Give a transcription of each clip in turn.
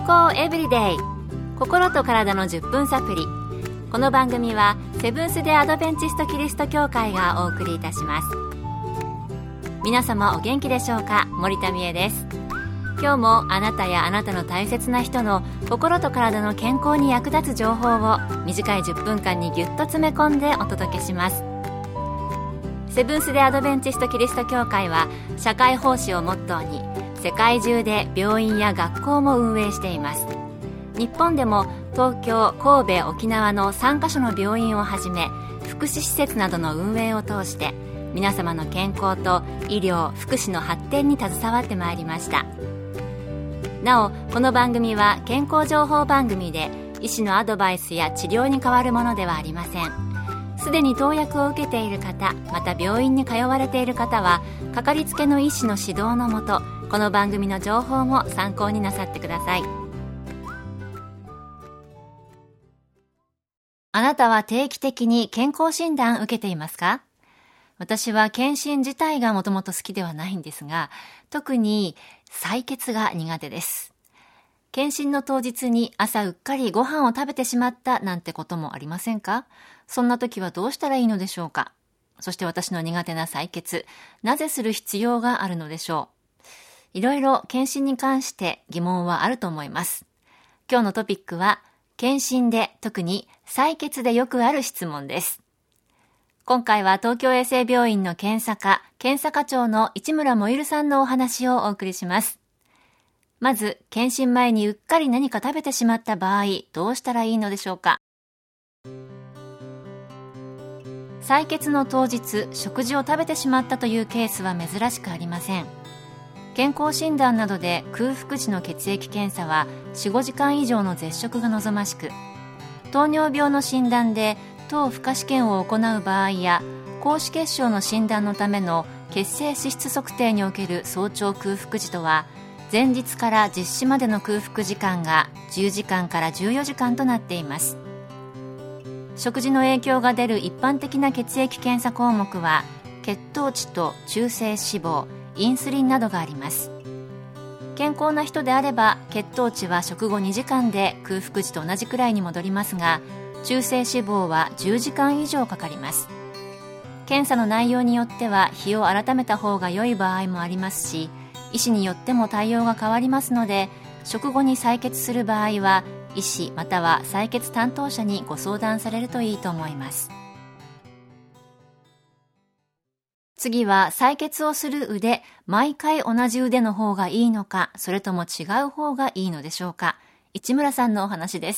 康エブリデイ、心と体の10分サプリ。この番組はセブンス・デ・アドベンチスト・キリスト教会がお送りいたします。皆様お元気でしょうか。森田美恵です。今日もあなたやあなたの大切な人の心と体の健康に役立つ情報を短い10分間にぎゅっと詰め込んでお届けします。セブンス・デ・アドベンチスト・キリスト教会は社会奉仕をモットーに世界中で病院や学校も運営しています。日本でも東京、神戸、沖縄の3カ所の病院をはじめ福祉施設などの運営を通して皆様の健康と医療・福祉の発展に携わってまいりました。なお、この番組は健康情報番組で医師のアドバイスや治療に代わるものではありません。すでに投薬を受けている方、また病院に通われている方はかかりつけの医師の指導のもと、この番組の情報も参考になさってください。あなたは定期的に健康診断受けていますか？私は検診自体がもともと好きではないんですが、特に採血が苦手です。検診の当日に朝うっかりご飯を食べてしまったなんてこともありませんか？そんな時はどうしたらいいのでしょうか？そして私の苦手な採血、なぜする必要があるのでしょう？いろいろ検診に関して疑問はあると思います。今日のトピックは、検診で特に採血でよくある質問です。今回は東京衛生病院の検査課長の市村もゆるさんのお話をお送りします。まず、検診前にうっかり何か食べてしまった場合、どうしたらいいのでしょうか。採血の当日、食事を食べてしまったというケースは珍しくありません。健康診断などで空腹時の血液検査は 4,5 時間以上の絶食が望ましく、糖尿病の診断で糖負荷試験を行う場合や高脂血症の診断のための血清脂質測定における早朝空腹時とは、前日から実施までの空腹時間が10時間から14時間となっています。食事の影響が出る一般的な血液検査項目は血糖値と中性脂肪、インスリンなどがあります。健康な人であれば血糖値は食後2時間で空腹時と同じくらいに戻りますが、中性脂肪は10時間以上かかります。検査の内容によっては日を改めた方が良い場合もありますし、医師によっても対応が変わりますので、食後に採血する場合は医師または採血担当者にご相談されるといいと思います。次は、採血をする腕、毎回同じ腕の方がいいのか、それとも違う方がいいのでしょうか。市村さんのお話です。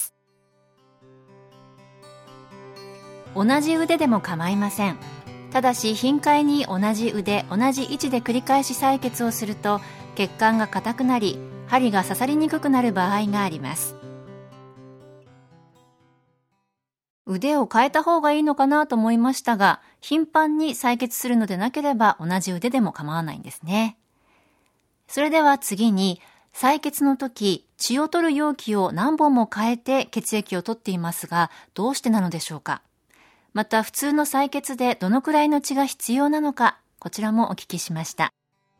同じ腕でも構いません。ただし頻回に同じ腕、同じ位置で繰り返し採血をすると血管が硬くなり、針が刺さりにくくなる場合があります。腕を変えた方がいいのかなと思いましたが、頻繁に採血するのでなければ同じ腕でも構わないんですね。それでは次に、採血の時、血を取る容器を何本も変えて血液を取っていますが、どうしてなのでしょうか。また普通の採血でどのくらいの血が必要なのか、こちらもお聞きしました。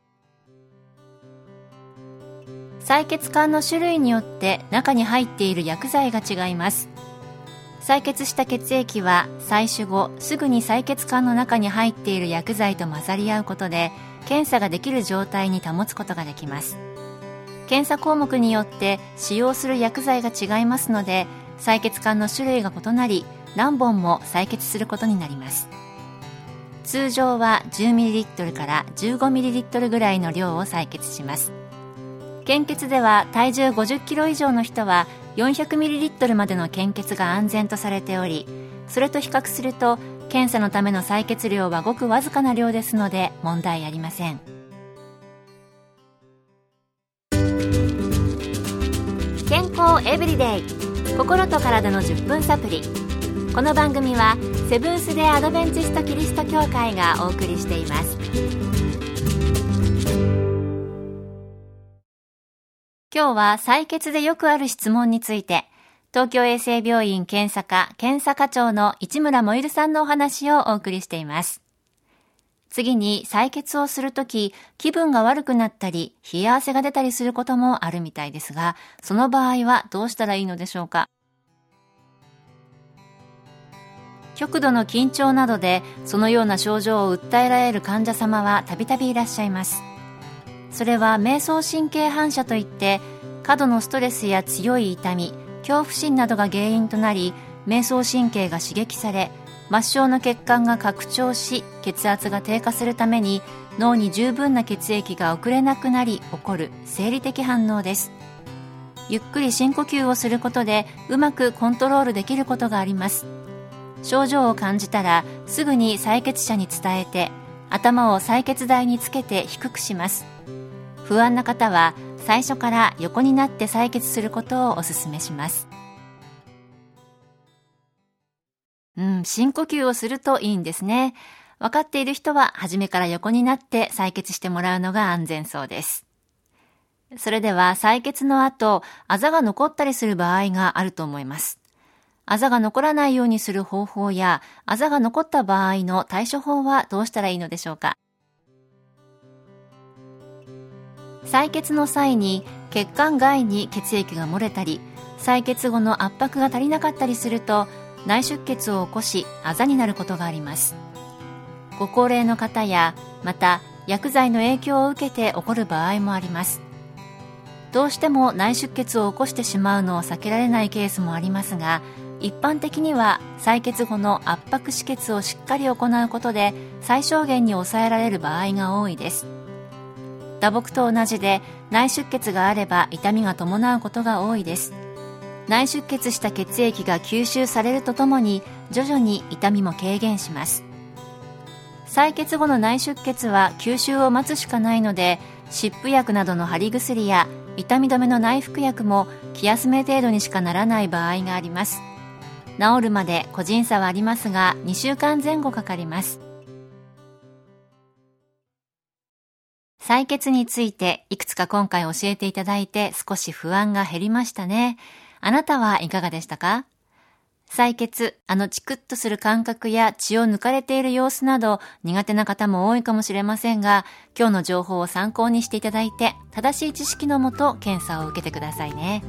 採血管の種類によって中に入っている薬剤が違います。採血した血液は採取後すぐに採血管の中に入っている薬剤と混ざり合うことで検査ができる状態に保つことができます。検査項目によって使用する薬剤が違いますので、採血管の種類が異なり何本も採血することになります。通常は 10ml から 15ml ぐらいの量を採血します。献血では体重 50kg 以上の人は 400ml までの献血が安全とされており、それと比較すると検査のための採血量はごくわずかな量ですので問題ありません。健康エブリデイ、心と体の10分サプリ。この番組はセブンス・デ・アドベンチスト・キリスト教会がお送りしています。今日は採血でよくある質問について、東京衛生病院検査課長の市村もゆるさんのお話をお送りしています。 次に採血をするとき、気分が悪くなったり冷え汗が出たりすることもあるみたいですが、その場合はどうしたらいいのでしょうか。極度の緊張などでそのような症状を訴えられる患者様はたびたびいらっしゃいます。それは迷走神経反射といって、過度のストレスや強い痛み、恐怖心などが原因となり、迷走神経が刺激され、末梢の血管が拡張し、血圧が低下するために脳に十分な血液が送れなくなり起こる生理的反応です。ゆっくり深呼吸をすることでうまくコントロールできることがあります。症状を感じたらすぐに採血者に伝えて、頭を採血台につけて低くします。不安な方は最初から横になって採血することをお勧めします。深呼吸をするといいんですね。分かっている人は初めから横になって採血してもらうのが安全そうです。それでは採血の後、あざが残ったりする場合があると思います。あざが残らないようにする方法や、あざが残った場合の対処法はどうしたらいいのでしょうか。採血の際に血管外に血液が漏れたり、採血後の圧迫が足りなかったりすると内出血を起こし、あざになることがあります。ご高齢の方や、また薬剤の影響を受けて起こる場合もあります。どうしても内出血を起こしてしまうのを避けられないケースもありますが、一般的には採血後の圧迫止血をしっかり行うことで最小限に抑えられる場合が多いです。打撲と同じで、内出血があれば痛みが伴うことが多いです。内出血した血液が吸収されるとともに徐々に痛みも軽減します。採血後の内出血は吸収を待つしかないので、湿布薬などの貼り薬や痛み止めの内服薬も気休め程度にしかならない場合があります。治るまで個人差はありますが、2週間前後かかります。採血についていくつか今回教えていただいて少し不安が減りましたね。あなたはいかがでしたか？採血、チクッとする感覚や血を抜かれている様子など苦手な方も多いかもしれませんが、今日の情報を参考にしていただいて正しい知識のもと検査を受けてくださいね。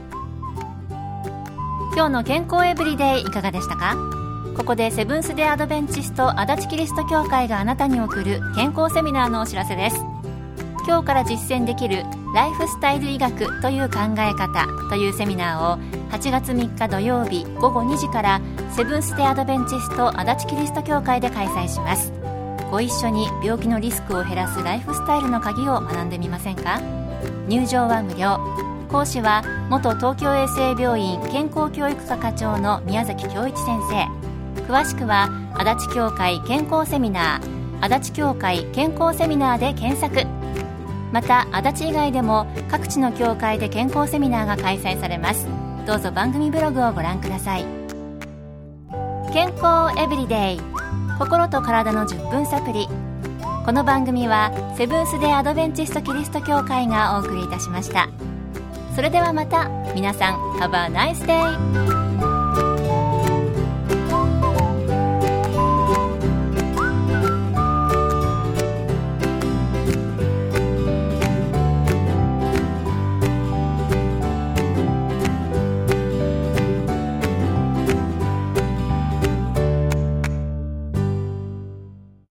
今日の健康エブリデイいかがでしたか？ここでセブンス・デ・アドベンチスト足立キリスト教会があなたに送る健康セミナーのお知らせです。今日から実践できるライフスタイル医学という考え方というセミナーを8月3日土曜日午後2時からセブンス・デ・アドベンチスト足立キリスト教会で開催します。ご一緒に病気のリスクを減らすライフスタイルの鍵を学んでみませんか？入場は無料。講師は元東京衛生病院健康教育科課長の宮崎恭一先生。詳しくは足立教会健康セミナー、足立教会健康セミナーで検索。また足立以外でも各地の教会で健康セミナーが開催されます。どうぞ番組ブログをご覧ください。健康エブリデイ、心と体の10分サプリ。この番組はセブンス・デ・アドベンチスト・キリスト教会がお送りいたしました。それではまた皆さん Have a nice day!